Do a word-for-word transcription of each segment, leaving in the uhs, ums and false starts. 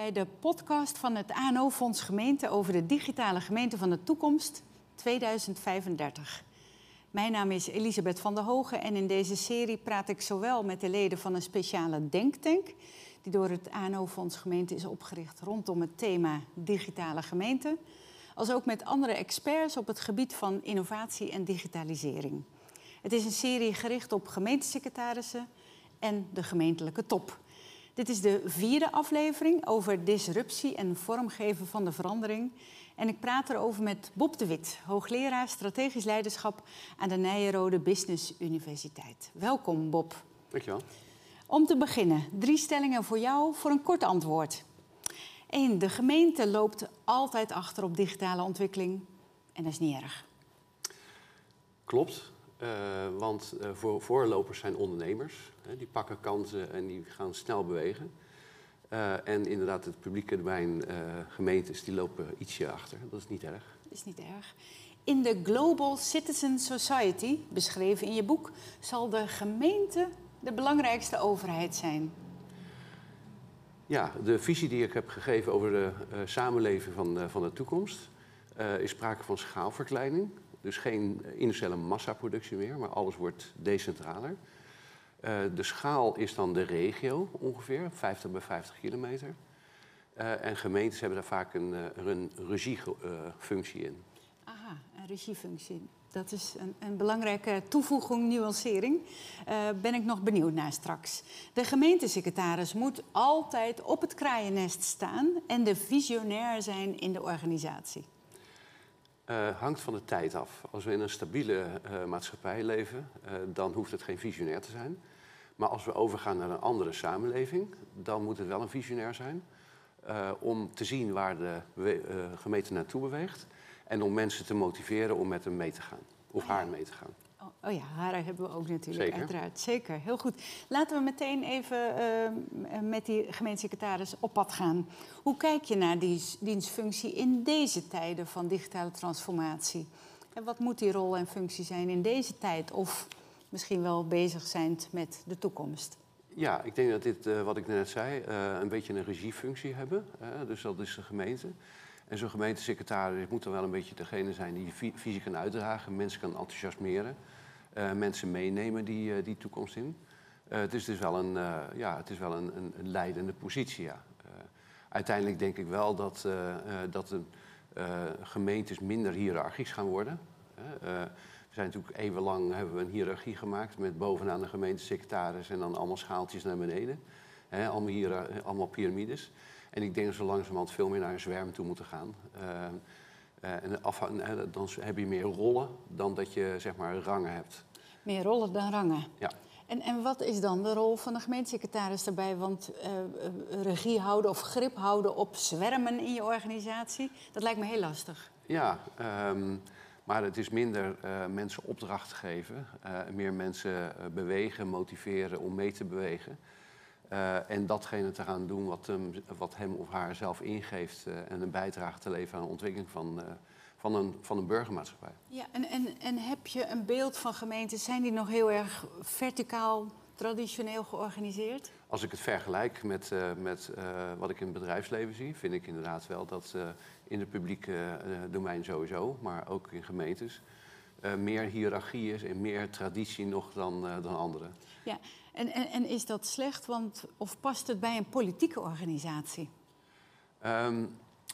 bij de podcast van het A N O-fonds Gemeente over de digitale gemeente van de toekomst tweeduizend vijfendertig. Mijn naam is Elisabeth van der Hogen en in deze serie praat ik zowel met de leden van een speciale denktank die door het A N O-fonds Gemeente is opgericht rondom het thema digitale gemeente, als ook met andere experts op het gebied van innovatie en digitalisering. Het is een serie gericht op gemeentesecretarissen en de gemeentelijke top. Dit is de vierde aflevering over disruptie en vormgeven van de verandering. En ik praat erover met Bob de Wit, hoogleraar strategisch leiderschap aan de Nyenrode Business Universiteit. Welkom, Bob. Dankjewel. Om te beginnen, drie stellingen voor jou voor een kort antwoord. Eén, de gemeente loopt altijd achter op digitale ontwikkeling en dat is niet erg. Klopt, uh, want uh, voor, voorlopers zijn ondernemers. Hè, die pakken kansen en die gaan snel bewegen. Uh, en inderdaad, het publieke domein, uh, gemeentes, die lopen ietsje achter. Dat is niet erg. Dat is niet erg. In de Global Citizen Society, beschreven in je boek, zal de gemeente de belangrijkste overheid zijn. Ja, de visie die ik heb gegeven over de uh, samenleving van, uh, van de toekomst uh, is sprake van schaalverkleining. Dus geen industriële massaproductie meer, maar alles wordt decentraler. Uh, de schaal is dan de regio ongeveer, vijftig bij vijftig kilometer. Uh, en gemeentes hebben daar vaak een, uh, een regiefunctie uh, in. Aha, een regiefunctie. Dat is een, een belangrijke toevoeging, nuancering. Uh, ben ik nog benieuwd naar straks. De gemeentesecretaris moet altijd op het kraaiennest staan en de visionair zijn in de organisatie. Uh, hangt van de tijd af. Als we in een stabiele uh, maatschappij leven, uh, dan hoeft het geen visionair te zijn. Maar als we overgaan naar een andere samenleving, dan moet het wel een visionair zijn. Uh, om te zien waar de uh, gemeente naartoe beweegt. En om mensen te motiveren om met hem mee te gaan. Of haar mee te gaan. Oh, oh ja, haar hebben we ook natuurlijk, Zeker. Uiteraard. Zeker, heel goed. Laten we meteen even uh, met die gemeentesecretaris op pad gaan. Hoe kijk je naar die dienstfunctie in deze tijden van digitale transformatie? En wat moet die rol en functie zijn in deze tijd? Of misschien wel bezig zijn met de toekomst? Ja, ik denk dat dit, uh, wat ik net zei, uh, een beetje een regiefunctie hebben. Uh, dus dat is de gemeente. En zo'n gemeentesecretaris moet dan wel een beetje degene zijn die die visie kan uitdragen, mensen kan enthousiasmeren, uh, mensen meenemen die, uh, die toekomst in. Uh, het is dus wel een, uh, ja, het is wel een, een, een leidende positie, ja. Uh, uiteindelijk denk ik wel dat, uh, uh, dat de uh, gemeentes minder hiërarchisch gaan worden. Uh, we zijn natuurlijk eeuwenlang hebben we een hiërarchie gemaakt met bovenaan de gemeentesecretaris en dan allemaal schaaltjes naar beneden. Uh, allemaal, hier, uh, allemaal piramides. En ik denk dat we langzamerhand veel meer naar een zwerm toe moeten gaan. Uh, uh, en af, uh, dan heb je meer rollen dan dat je zeg maar rangen hebt. Meer rollen dan rangen. Ja. En, en wat is dan de rol van de gemeentesecretaris daarbij? Want uh, regie houden of grip houden op zwermen in je organisatie, dat lijkt me heel lastig. Ja, um, maar het is minder uh, mensen opdracht geven. Uh, meer mensen uh, bewegen, motiveren om mee te bewegen. Uh, en datgene te gaan doen wat hem, wat hem of haar zelf ingeeft uh, en een bijdrage te leveren aan de ontwikkeling van, uh, van, een, van een burgermaatschappij. Ja, en, en, en heb je een beeld van gemeenten, zijn die nog heel erg verticaal, traditioneel georganiseerd? Als ik het vergelijk met, uh, met uh, wat ik in het bedrijfsleven zie, vind ik inderdaad wel dat uh, in het publieke uh, domein sowieso, maar ook in gemeentes, uh, meer hiërarchie is en meer traditie nog dan, uh, dan anderen. Ja. En, en, en is dat slecht, want, of past het bij een politieke organisatie? Um,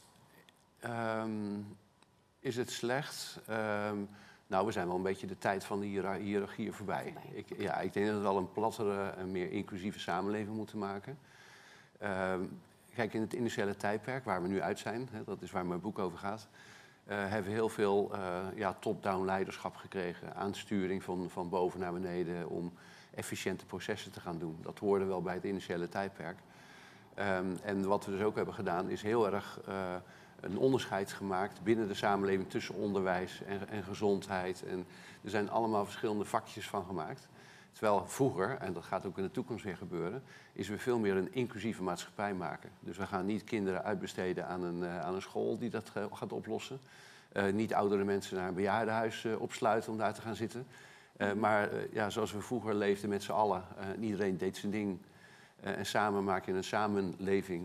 um, is het slecht? Um, nou, we zijn wel een beetje de tijd van de hiërarchieën voorbij. voorbij. Ik, ja, ik denk dat we wel een plattere en meer inclusieve samenleving moeten maken. Um, kijk, in het industriële tijdperk, waar we nu uit zijn, hè, dat is waar mijn boek over gaat, Uh, hebben we heel veel uh, ja, top-down leiderschap gekregen. Aansturing van, van boven naar beneden om efficiënte processen te gaan doen. Dat hoorde wel bij het industriële tijdperk. Um, en wat we dus ook hebben gedaan is heel erg uh, een onderscheid gemaakt binnen de samenleving tussen onderwijs en, en gezondheid. En er zijn allemaal verschillende vakjes van gemaakt. Terwijl vroeger, en dat gaat ook in de toekomst weer gebeuren, is we veel meer een inclusieve maatschappij maken. Dus we gaan niet kinderen uitbesteden aan een, uh, aan een school die dat uh, gaat oplossen. Uh, niet oudere mensen naar een bejaardenhuis uh, opsluiten om daar te gaan zitten. Uh, maar uh, ja, zoals we vroeger leefden met z'n allen, uh, iedereen deed zijn ding. Uh, en samen maak je een samenleving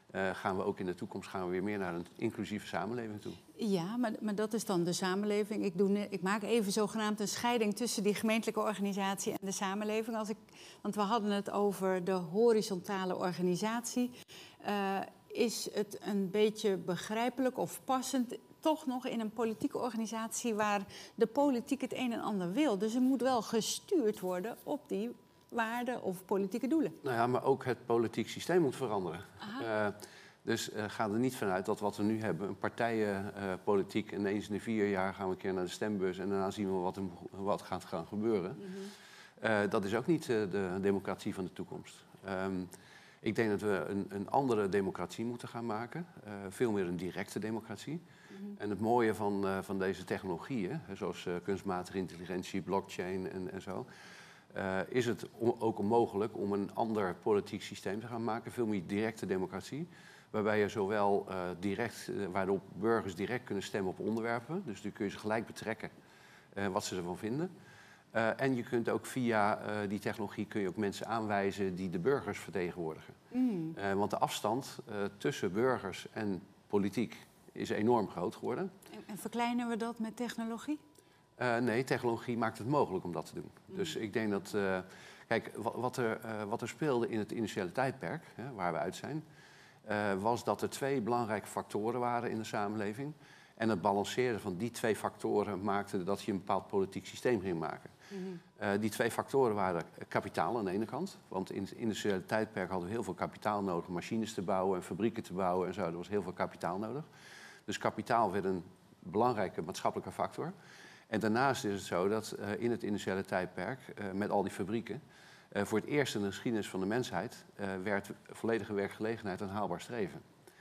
uh, gaan we ook in de toekomst gaan we weer meer naar een inclusieve samenleving toe. Ja, maar, maar dat is dan de samenleving. Ik, doe, ne- ik maak even zogenaamd een scheiding tussen die gemeentelijke organisatie en de samenleving. Als ik, want we hadden het over de horizontale organisatie. Uh, is het een beetje begrijpelijk of passend toch nog in een politieke organisatie waar de politiek het een en ander wil? Dus er moet wel gestuurd worden op die waarden of politieke doelen. Nou ja, maar ook het politiek systeem moet veranderen. Uh, dus uh, ga er niet vanuit dat wat we nu hebben, een partijenpolitiek, uh, en eens in de vier jaar gaan we een keer naar de stembus en daarna zien we wat er wat gaat gaan gebeuren. Mm-hmm. uh, dat is ook niet uh, de democratie van de toekomst. Um, ik denk dat we een, een andere democratie moeten gaan maken. Uh, veel meer een directe democratie. Mm-hmm. En het mooie van, uh, van deze technologieën, zoals uh, kunstmatige intelligentie, blockchain en, en zo, Uh, is het om, ook onmogelijk om een ander politiek systeem te gaan maken, veel meer directe democratie, waarbij je zowel uh, direct, uh, waarop burgers direct kunnen stemmen op onderwerpen, dus nu kun je ze gelijk betrekken uh, wat ze ervan vinden. Uh, en je kunt ook via uh, die technologie kun je ook mensen aanwijzen die de burgers vertegenwoordigen. Mm. Uh, want de afstand uh, tussen burgers en politiek is enorm groot geworden. En, en verkleinen we dat met technologie? Uh, nee, technologie maakt het mogelijk om dat te doen. Mm. Dus ik denk dat... Uh, kijk, wat, wat, er, uh, wat er speelde in het initiële tijdperk, hè, waar we uit zijn, Uh, was dat er twee belangrijke factoren waren in de samenleving. En het balanceren van die twee factoren maakte dat je een bepaald politiek systeem ging maken. Mm-hmm. Uh, die twee factoren waren kapitaal aan de ene kant. Want in het initiële tijdperk hadden we heel veel kapitaal nodig om machines te bouwen en fabrieken te bouwen en zo. Er was heel veel kapitaal nodig. Dus kapitaal werd een belangrijke maatschappelijke factor. En daarnaast is het zo dat uh, in het initiële tijdperk, uh, met al die fabrieken, uh, voor het eerst in de geschiedenis van de mensheid uh, werd volledige werkgelegenheid een haalbaar streven.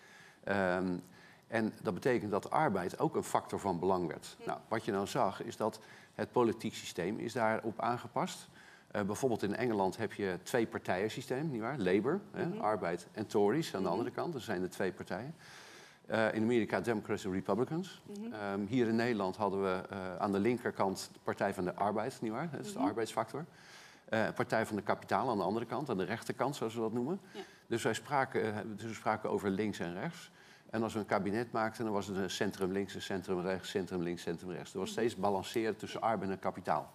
Um, en dat betekent dat arbeid ook een factor van belang werd. Ja. Nou, wat je nou zag is dat het politiek systeem is daarop aangepast. Uh, bijvoorbeeld in Engeland heb je twee partijensysteem, nietwaar? Labour, mm-hmm. hè, arbeid, en Tories aan de andere kant. Dat zijn de twee partijen. Uh, in Amerika Democrats en Republicans. Mm-hmm. Um, hier in Nederland hadden we uh, aan de linkerkant de Partij van de Arbeid, nietwaar? Dat is de mm-hmm. arbeidsfactor. Uh, Partij van de Kapitaal aan de andere kant, aan de rechterkant, zoals we dat noemen. Ja. Dus wij spraken, uh, dus we spraken over links en rechts. En als we een kabinet maakten, dan was het een centrum links, een centrum rechts, centrum links, centrum rechts. Er was steeds balanceren tussen arbeid en kapitaal.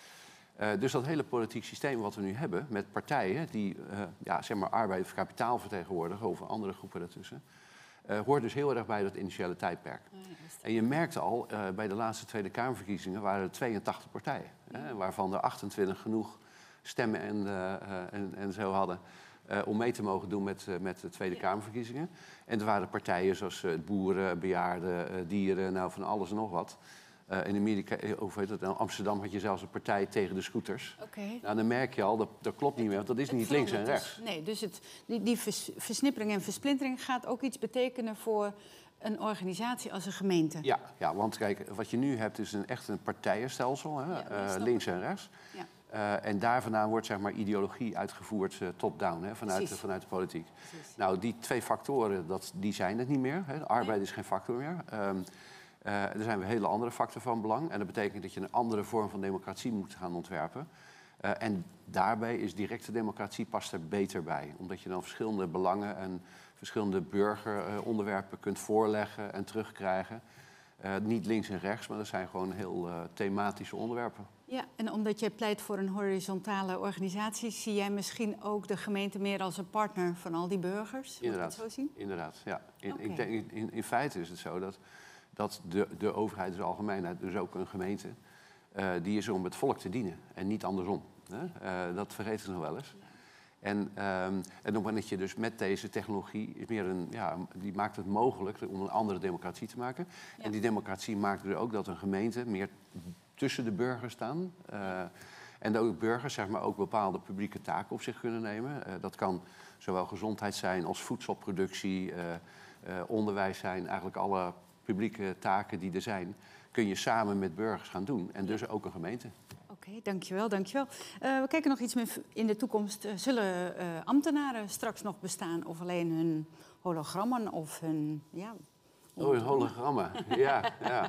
Uh, dus dat hele politiek systeem wat we nu hebben, met partijen die uh, ja, zeg maar arbeid of kapitaal vertegenwoordigen, of andere groepen daartussen, Uh, hoort dus heel erg bij dat initiële tijdperk. Oh, ja, en je merkte al, uh, bij de laatste Tweede Kamerverkiezingen waren er tweeëntachtig partijen. Ja. Hè, waarvan er achtentwintig genoeg stemmen en, uh, uh, en, en zo hadden uh, om mee te mogen doen met, uh, met de Tweede ja. Kamerverkiezingen. En er waren partijen zoals uh, boeren, bejaarden, uh, dieren, nou van alles en nog wat. Uh, in Amerika, of weet het, in Amsterdam had je zelfs een partij tegen de scooters. Okay. Nou, dan merk je al, dat, dat klopt niet meer, want dat is het niet links en rechts. Dus, nee, dus het, die, die vers, versnippering en versplintering gaat ook iets betekenen voor een organisatie als een gemeente. Ja, ja, want kijk, wat je nu hebt is een, echt een partijenstelsel, hè, ja, uh, links en rechts. Ja. Uh, en daar vandaan wordt zeg maar ideologie uitgevoerd uh, top-down, hè, vanuit, uh, vanuit de politiek. Precies. Nou, die twee factoren, dat, die zijn het niet meer. Hè. De arbeid nee. is geen factor meer. Um, Uh, er zijn weer hele andere factoren van belang. En dat betekent dat je een andere vorm van democratie moet gaan ontwerpen. Uh, en daarbij is directe democratie past er beter bij. Omdat je dan verschillende belangen en verschillende burgeronderwerpen kunt voorleggen en terugkrijgen. Uh, niet links en rechts, maar dat zijn gewoon heel uh, thematische onderwerpen. Ja, en omdat jij pleit voor een horizontale organisatie, zie jij misschien ook de gemeente meer als een partner van al die burgers? Inderdaad, moet je dat zo zien? Inderdaad, ja. In, okay. ik denk, in, in feite is het zo dat... dat de, de overheid in de algemeenheid, dus ook een gemeente, uh, die is om het volk te dienen en niet andersom. Hè? Uh, dat vergeten ze nog wel eens. En, um, en op het moment dat je dus met deze technologie, is meer een, ja, die maakt het mogelijk om een andere democratie te maken. Ja. En die democratie maakt dus ook dat een gemeente meer tussen de burgers staan. Uh, en dat ook burgers zeg maar, ook bepaalde publieke taken op zich kunnen nemen. Uh, dat kan zowel gezondheid zijn als voedselproductie, uh, uh, onderwijs zijn, eigenlijk alle publieke taken die er zijn, kun je samen met burgers gaan doen. En dus ook een gemeente. Oké, okay, dankjewel, dankjewel. Uh, we kijken nog iets meer in de toekomst. Uh, zullen uh, ambtenaren straks nog bestaan? Of alleen hun hologrammen of hun... Ja, oh, hun hologrammen. ja, ja.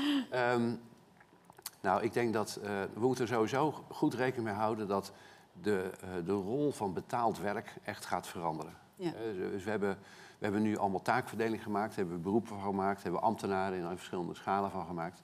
Um, nou, ik denk dat uh, we moeten sowieso goed rekening mee houden dat de, uh, de rol van betaald werk echt gaat veranderen. Ja. Uh, dus we hebben, we hebben nu allemaal taakverdeling gemaakt, hebben we beroepen van gemaakt, hebben we ambtenaren in verschillende schalen van gemaakt.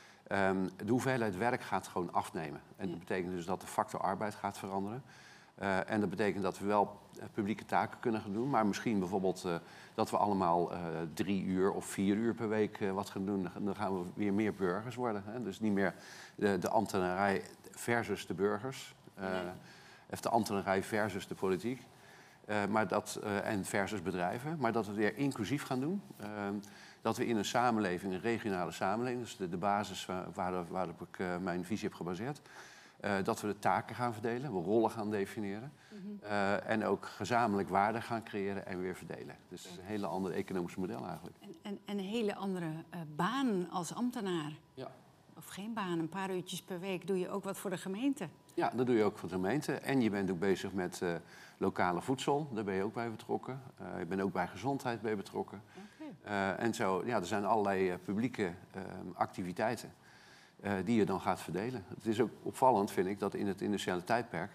Um, de hoeveelheid werk gaat gewoon afnemen. En ja. dat betekent dus dat de factor arbeid gaat veranderen. Uh, en dat betekent dat we wel uh, publieke taken kunnen gaan doen, maar misschien bijvoorbeeld uh, dat we allemaal uh, drie uur of vier uur per week uh, wat gaan doen. Dan gaan we weer meer burgers worden. Hè? Dus niet meer de, de ambtenarij versus de burgers. Uh, nee. Of de ambtenarij versus de politiek. Uh, maar dat, uh, en versus bedrijven. Maar dat we het weer inclusief gaan doen. Uh, dat we in een samenleving, een regionale samenleving, dus de, de basis waar, waar, waarop ik uh, mijn visie heb gebaseerd. Uh, dat we de taken gaan verdelen, we rollen gaan definiëren. Mm-hmm. uh, en ook gezamenlijk waarde gaan creëren en weer verdelen. Dus ja. een hele andere economische model eigenlijk. En, en, en een hele andere uh, baan als ambtenaar. Ja. Of geen baan, een paar uurtjes per week doe je ook wat voor de gemeente. Ja, dat doe je ook voor de gemeente. En je bent ook bezig met uh, lokale voedsel, daar ben je ook bij betrokken. Uh, je bent ook bij gezondheid bij betrokken. Okay. Uh, en zo, ja, er zijn allerlei uh, publieke uh, activiteiten. Uh, die je dan gaat verdelen. Het is ook opvallend, vind ik, dat in het industriële tijdperk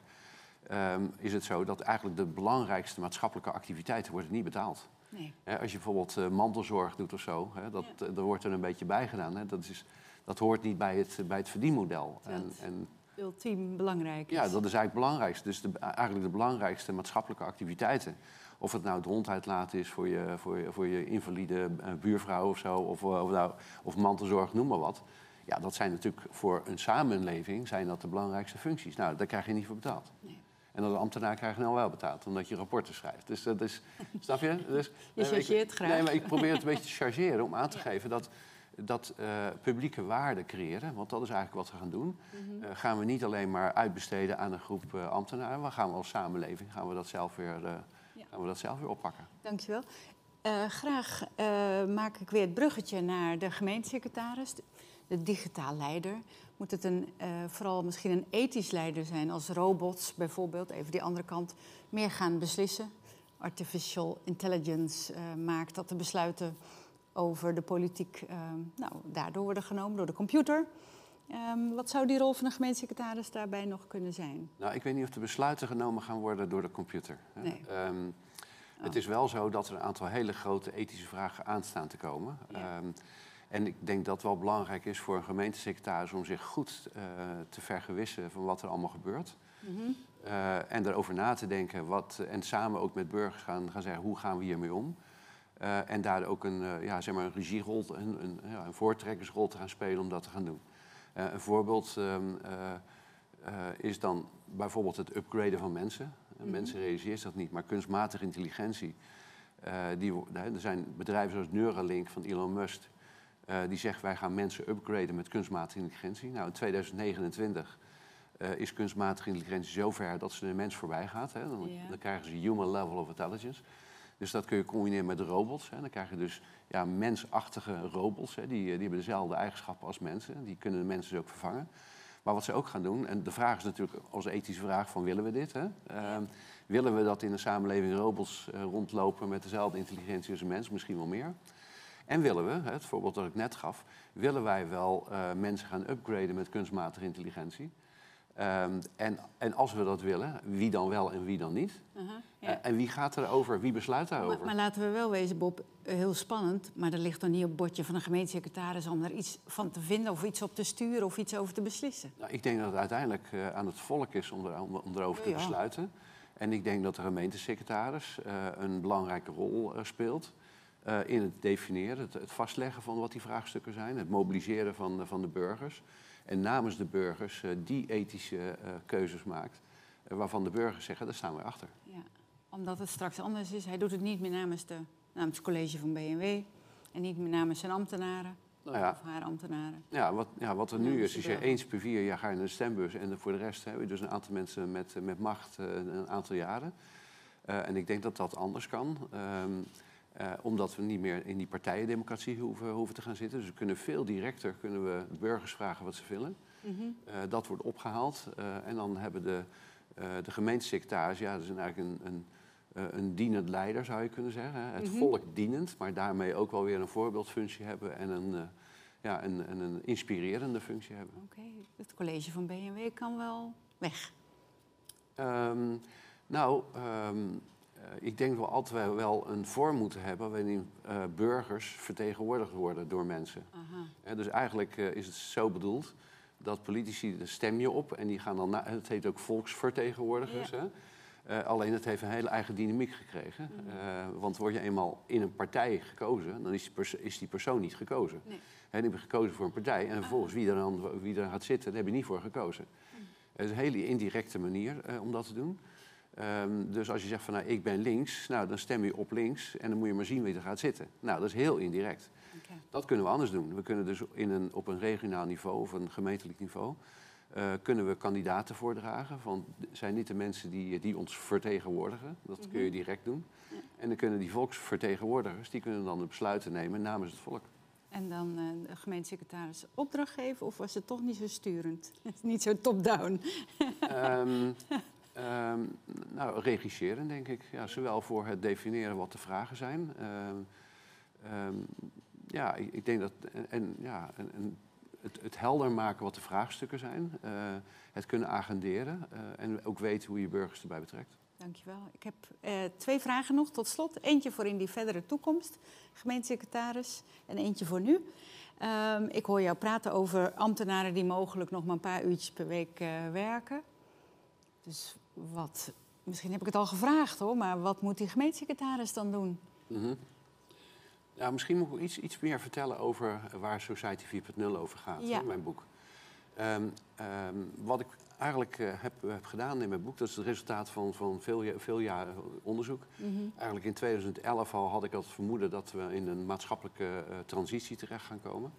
um, is het zo dat eigenlijk de belangrijkste maatschappelijke activiteiten worden niet betaald. Nee. He, als je bijvoorbeeld uh, mantelzorg doet of zo, he, dat, ja. uh, daar wordt er een beetje bij gedaan. He. Dat, is, dat hoort niet bij het, bij het verdienmodel. Dat en, en, ultiem belangrijk is. Ja, dat is eigenlijk het belangrijkste. Dus de, eigenlijk de belangrijkste maatschappelijke activiteiten. Of het nou de hond uitlaten is voor je, voor je, voor je invalide uh, buurvrouw of zo, of, of, nou, of mantelzorg, noem maar wat. Ja, dat zijn natuurlijk voor een samenleving zijn dat de belangrijkste functies. Nou, daar krijg je niet voor betaald. Nee. En als ambtenaar krijg je nou wel betaald, omdat je rapporten schrijft. Dus dat is, snap je? Dus, je chargeert graag. Nee, maar ik probeer het een beetje te chargeren om aan te ja. geven dat, dat uh, publieke waarde creëren, want dat is eigenlijk wat we gaan doen, mm-hmm. uh, gaan we niet alleen maar uitbesteden aan een groep uh, ambtenaren, maar gaan we als samenleving gaan we dat zelf weer, uh, ja. gaan we dat zelf weer oppakken. Dankjewel. Uh, graag uh, maak ik weer het bruggetje naar de gemeentesecretaris. De digitaal leider. Moet het een, uh, vooral misschien een ethisch leider zijn als robots bijvoorbeeld, even die andere kant, meer gaan beslissen. Artificial intelligence uh, maakt dat de besluiten over de politiek uh, nou, daardoor worden genomen door de computer. Um, wat zou die rol van de gemeentesecretaris daarbij nog kunnen zijn? Nou, ik weet niet of de besluiten genomen gaan worden door de computer. Nee. Um, oh. Het is wel zo dat er een aantal hele grote ethische vragen aanstaan te komen. Ja. Um, En ik denk dat het wel belangrijk is voor een gemeentesecretaris om zich goed uh, te vergewissen van wat er allemaal gebeurt. Mm-hmm. Uh, en erover na te denken wat, en samen ook met burgers gaan, gaan zeggen hoe gaan we hiermee om. Uh, en daar ook een, uh, ja, zeg maar een regierol, een, een, ja, een voortrekkersrol te gaan spelen om dat te gaan doen. Uh, een voorbeeld um, uh, uh, is dan bijvoorbeeld het upgraden van mensen. Mm-hmm. Mensen realiseren zich dat niet, maar kunstmatige intelligentie. Uh, die, er zijn bedrijven zoals Neuralink van Elon Musk. Uh, die zegt wij gaan mensen upgraden met kunstmatige intelligentie. Nou, in tweeduizend negenentwintig uh, is kunstmatige intelligentie zo ver dat ze de mens voorbij gaat. Hè. Dan, ja. dan krijgen ze human level of intelligence. Dus dat kun je combineren met de robots. Hè. Dan krijg je dus ja, mensachtige robots. Hè. Die, die hebben dezelfde eigenschappen als mensen. Die kunnen de mensen dus ook vervangen. Maar wat ze ook gaan doen, en de vraag is natuurlijk als ethische vraag van willen we dit? Hè? Uh, willen we dat in een samenleving robots uh, rondlopen met dezelfde intelligentie als een mens? Misschien wel meer. En willen we, het voorbeeld dat ik net gaf, willen wij wel uh, mensen gaan upgraden met kunstmatige intelligentie? Um, en, en als we dat willen, wie dan wel en wie dan niet? Uh-huh, ja. uh, en wie gaat erover, wie besluit daarover? Maar, maar laten we wel wezen, Bob, heel spannend, maar dat ligt dan niet op het bordje van een gemeentesecretaris om er iets van te vinden of iets op te sturen of iets over te beslissen. Nou, ik denk dat het uiteindelijk uh, aan het volk is om, er, om, om erover te ja. besluiten. En ik denk dat de gemeentesecretaris uh, een belangrijke rol uh, speelt. Uh, in het definiëren, het, het vastleggen van wat die vraagstukken zijn, het mobiliseren van, uh, van de burgers. En namens de burgers uh, die ethische uh, keuzes maakt, uh, waarvan de burgers zeggen, daar staan wij achter. Ja, omdat het straks anders is. Hij doet het niet meer namens, de, namens het college van B N W en niet meer namens zijn ambtenaren. Nou ja, of haar ambtenaren. Ja, wat, ja, wat er nu is, is je eens per vier jaar ga je naar de stembus en voor de rest hebben we dus een aantal mensen met, met macht uh, een aantal jaren. Uh, en ik denk dat dat anders kan. Um, Uh, omdat we niet meer in die partijendemocratie hoeven, hoeven te gaan zitten. Dus we kunnen veel directer kunnen we burgers vragen wat ze willen. Mm-hmm. Uh, dat wordt opgehaald. Uh, en dan hebben de, uh, de gemeentesecretaris, ja, dat is eigenlijk een, een, uh, een dienend leider, zou je kunnen zeggen. Hè? Het mm-hmm. volk dienend, maar daarmee ook wel weer een voorbeeldfunctie hebben en een, uh, ja, een, een, een inspirerende functie hebben. Oké, okay. Het college van B N W kan wel weg. Um, nou... Um, ik denk wel altijd we wel een vorm moeten hebben waarin uh, burgers vertegenwoordigd worden door mensen. Uh, dus eigenlijk uh, is het zo bedoeld dat politici, daar stem je op en die gaan dan, na, het heet ook volksvertegenwoordigers. Ja. Hè? Uh, alleen het heeft een hele eigen dynamiek gekregen. Uh, want word je eenmaal in een partij gekozen, dan is die, perso is die persoon niet gekozen. Nee. He, die hebben gekozen voor een partij en vervolgens wie er, dan, wie er gaat zitten, daar heb je niet voor gekozen. Mm. Het is een hele indirecte manier uh, om dat te doen. Um, dus als je zegt van nou, ik ben links, nou, dan stem je op links en dan moet je maar zien wie er gaat zitten. Nou, dat is heel indirect. Okay. Dat kunnen we anders doen. We kunnen dus in een, op een regionaal niveau of een gemeentelijk niveau uh, kunnen we kandidaten voordragen. Van, zijn dit de mensen die, die ons vertegenwoordigen? Dat mm-hmm. kun je direct doen. Ja. En dan kunnen die volksvertegenwoordigers, die kunnen dan de besluiten nemen namens het volk. En dan uh, de gemeentesecretaris opdracht geven of was het toch niet zo sturend? Niet zo top-down? um, Um, nou, regisseren, denk ik. Ja, zowel voor het definiëren wat de vragen zijn. Um, um, ja, ik, ik denk dat... En, en, ja, en, en het, het helder maken wat de vraagstukken zijn. Uh, het kunnen agenderen. Uh, en ook weten hoe je burgers erbij betrekt. Dankjewel. Ik heb uh, twee vragen nog tot slot. Eentje voor in die verdere toekomst, gemeentesecretaris. En eentje voor nu. Um, ik hoor jou praten over ambtenaren die mogelijk nog maar een paar uurtjes per week uh, werken. Dus wat, misschien heb ik het al gevraagd hoor, maar wat moet die gemeentesecretaris dan doen? Mm-hmm. Ja, misschien moet ik iets, iets meer vertellen over waar Society vier punt nul over gaat, ja. in mijn boek. Um, um, wat ik eigenlijk uh, heb, heb gedaan in mijn boek, dat is het resultaat van, van veel, veel jaren onderzoek. Mm-hmm. Eigenlijk in tweeduizend elf al had ik al het vermoeden dat we in een maatschappelijke uh, transitie terecht gaan komen.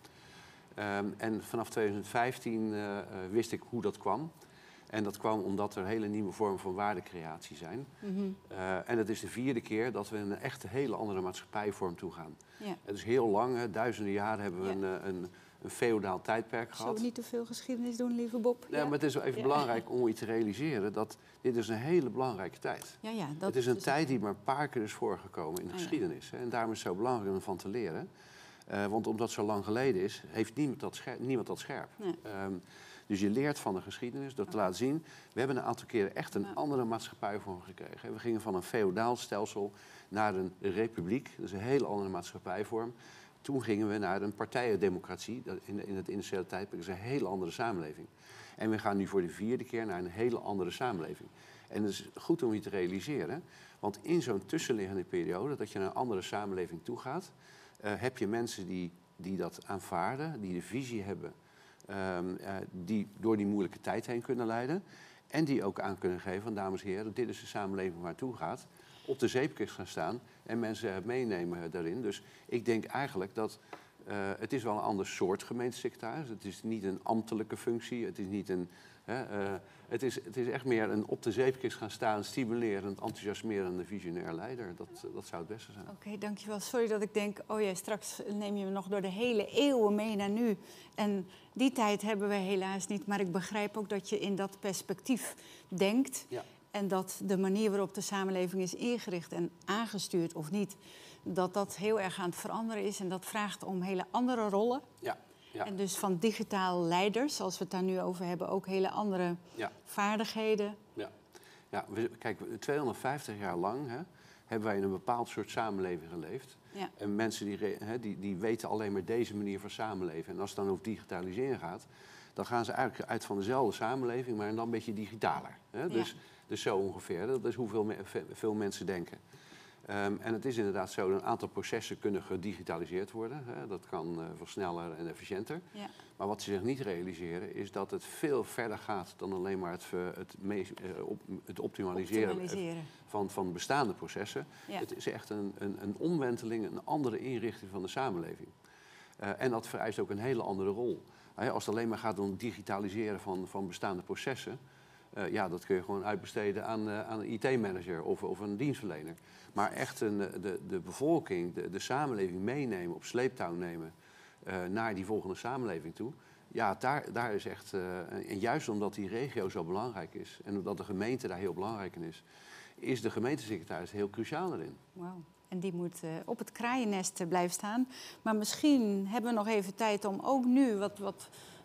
Um, en vanaf tweeduizend vijftien uh, uh, wist ik hoe dat kwam. En dat kwam omdat er hele nieuwe vormen van waardecreatie zijn. Mm-hmm. uh, en het is de vierde keer dat we in een echt hele andere maatschappijvorm toe gaan. Ja. Het is heel lang, hè, duizenden jaren hebben we ja. een, een, een feodaal tijdperk gehad. Zou we niet te veel geschiedenis doen, lieve Bob? Ja, ja. Maar het is wel even ja. belangrijk om je te realiseren dat dit is een hele belangrijke tijd. Ja, ja, dat het is een is tijd die maar een paar keer is voorgekomen in de ah, geschiedenis. Ja. Hè, en daarom is het zo belangrijk om ervan te leren. Uh, want omdat het zo lang geleden is, heeft niemand dat scherp. Niemand dat scherp. Nee. Um, Dus je leert van de geschiedenis door te laten zien. We hebben een aantal keren echt een andere maatschappijvorm gekregen. We gingen van een feodaal stelsel naar een republiek. Dat is een hele andere maatschappijvorm. Toen gingen we naar een partijendemocratie. In het industriële tijdperk is een hele andere samenleving. En we gaan nu voor de vierde keer naar een hele andere samenleving. En het is goed om je te realiseren. Want in zo'n tussenliggende periode, dat je naar een andere samenleving toe gaat, uh, heb je mensen die, die dat aanvaarden, die de visie hebben. Um, uh, die door die moeilijke tijd heen kunnen leiden. En die ook aan kunnen geven van dames en heren, dit is de samenleving waar het toe gaat. Op de zeepkist gaan staan en mensen meenemen daarin. Dus ik denk eigenlijk dat uh, het is wel een ander soort gemeentesecretaris. Het is niet een ambtelijke functie. Het is niet een... Hè, uh, het, is, het is echt meer een op de zeepkist gaan staan, stimulerend, enthousiasmerende, visionair leider. Dat, dat zou het beste zijn. Oké, okay, dankjewel. Sorry dat ik denk, oh ja, straks neem je me nog door de hele eeuwen mee naar nu. En die tijd hebben we helaas niet. Maar ik begrijp ook dat je in dat perspectief denkt. Ja. En dat de manier waarop de samenleving is ingericht en aangestuurd of niet, dat dat heel erg aan het veranderen is. En dat vraagt om hele andere rollen. Ja. Ja. En dus van digitaal leiders, als we het daar nu over hebben, ook hele andere ja. vaardigheden. Ja, ja we, kijk, tweehonderdvijftig jaar lang hè, hebben wij in een bepaald soort samenleving geleefd. Ja. En mensen die, hè, die, die weten alleen maar deze manier van samenleven. En als het dan over digitaliseren gaat, dan gaan ze eigenlijk uit van dezelfde samenleving, maar dan een beetje digitaler. Hè? Dus, ja. dus zo ongeveer. Dat is hoeveel me, veel mensen denken. Um, en het is inderdaad zo dat een aantal processen kunnen gedigitaliseerd worden. Hè. Dat kan uh, veel sneller en efficiënter. Ja. Maar wat ze zich niet realiseren is dat het veel verder gaat dan alleen maar het, het, meest, uh, op, het optimaliseren, optimaliseren. Van, van bestaande processen. Ja. Het is echt een, een, een omwenteling, een andere inrichting van de samenleving. Uh, en dat vereist ook een hele andere rol. Uh, als het alleen maar gaat om digitaliseren van, van bestaande processen, Uh, ja, dat kun je gewoon uitbesteden aan, uh, aan een I T-manager of, of een dienstverlener. Maar echt een, de, de bevolking, de, de samenleving meenemen, op sleeptouw nemen uh, naar die volgende samenleving toe. Ja, daar, daar is echt... Uh, en juist omdat die regio zo belangrijk is en omdat de gemeente daar heel belangrijk in is, is de gemeentesecretaris heel cruciaal erin. Wauw. En die moet uh, op het kraaiennest uh, blijven staan. Maar misschien hebben we nog even tijd om ook nu wat... wat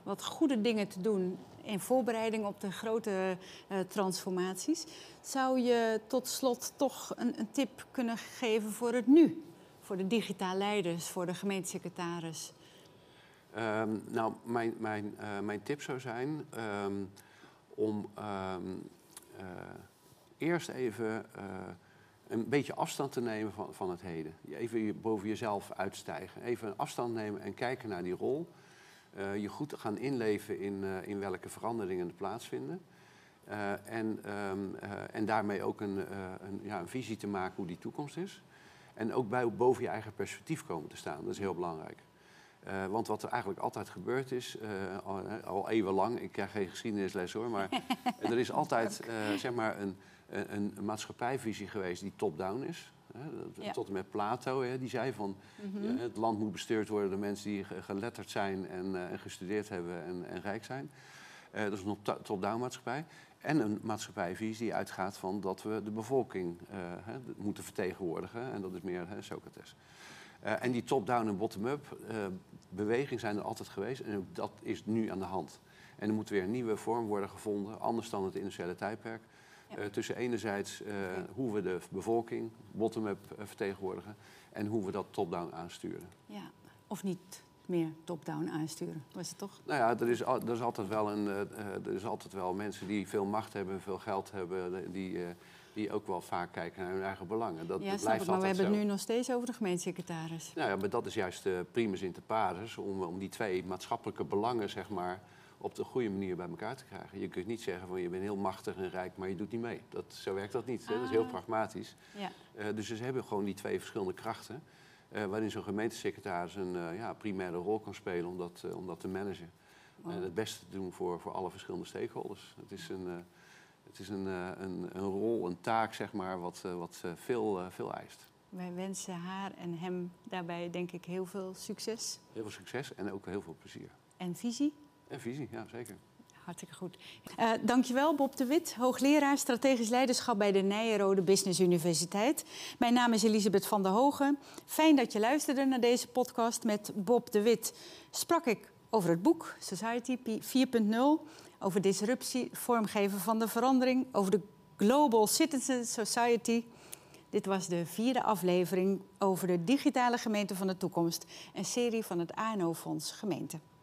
wat goede dingen te doen in voorbereiding op de grote uh, transformaties. Zou je tot slot toch een, een tip kunnen geven voor het nu? Voor de digitaal leiders, voor de gemeentesecretaris? Um, nou, mijn, mijn, uh, mijn tip zou zijn um, om um, uh, eerst even uh, een beetje afstand te nemen van, van het heden. Even je, boven jezelf uitstijgen. Even afstand nemen en kijken naar die rol. Uh, je goed gaan inleven in, uh, in welke veranderingen er plaatsvinden. Uh, en, um, uh, en daarmee ook een, uh, een, ja, een visie te maken hoe die toekomst is. En ook bij, boven je eigen perspectief komen te staan. Dat is heel belangrijk. Uh, want wat er eigenlijk altijd gebeurd is, uh, al, al eeuwenlang, ik krijg geen geschiedenisles hoor, maar er is altijd uh, zeg maar een, een, een maatschappijvisie geweest die top-down is. Uh, ja. Tot en met Plato, hè, die zei van mm-hmm. uh, het land moet bestuurd worden door mensen die geletterd zijn en, uh, en gestudeerd hebben en, en rijk zijn. Uh, dat is een top-down maatschappij. En een maatschappijvisie die uitgaat van dat we de bevolking uh, hè, moeten vertegenwoordigen. En dat is meer hè, Socrates. Uh, en die top-down en bottom-up uh, beweging zijn er altijd geweest. En ook dat is nu aan de hand. En er moet weer een nieuwe vorm worden gevonden, anders dan het industriële tijdperk. Ja. Uh, tussen enerzijds uh, okay. hoe we de bevolking bottom-up uh, vertegenwoordigen en hoe we dat top-down aansturen. Ja, of niet meer top-down aansturen, was het toch? Nou ja, er is, er is, altijd, wel een, uh, er is altijd wel mensen die veel macht hebben, veel geld hebben, die, uh, die ook wel vaak kijken naar hun eigen belangen. Dat, ja, dat snap ik, maar we hebben zo. het nu nog steeds over de gemeentesecretaris. Nou ja, maar dat is juist de primus inter pares, om, om die twee maatschappelijke belangen, zeg maar, op de goede manier bij elkaar te krijgen. Je kunt niet zeggen van je bent heel machtig en rijk, maar je doet niet mee. Dat, zo werkt dat niet. Ah. Hè? Dat is heel pragmatisch. Ja. Uh, dus ze hebben gewoon die twee verschillende krachten. Uh, waarin zo'n gemeentesecretaris een uh, ja, primaire rol kan spelen om dat, uh, om dat te managen. En uh, het beste te doen voor, voor alle verschillende stakeholders. Het is een, uh, het is een, uh, een, een rol, een taak, zeg maar, wat, uh, wat uh, veel, uh, veel eist. Wij wensen haar en hem daarbij, denk ik, heel veel succes. Heel veel succes en ook heel veel plezier. En visie? En visie, ja, zeker. Hartstikke goed. Uh, dankjewel, Bob de Wit, hoogleraar strategisch leiderschap bij de Nyenrode Business Universiteit. Mijn naam is Elisabeth van der Hogen. Fijn dat je luisterde naar deze podcast. Met Bob de Wit sprak ik over het boek Society vier punt nul, over disruptie, vormgeven van de verandering, over de Global Citizen Society. Dit was de vierde aflevering over de digitale gemeente van de toekomst, een serie van het A N O-fonds Gemeente.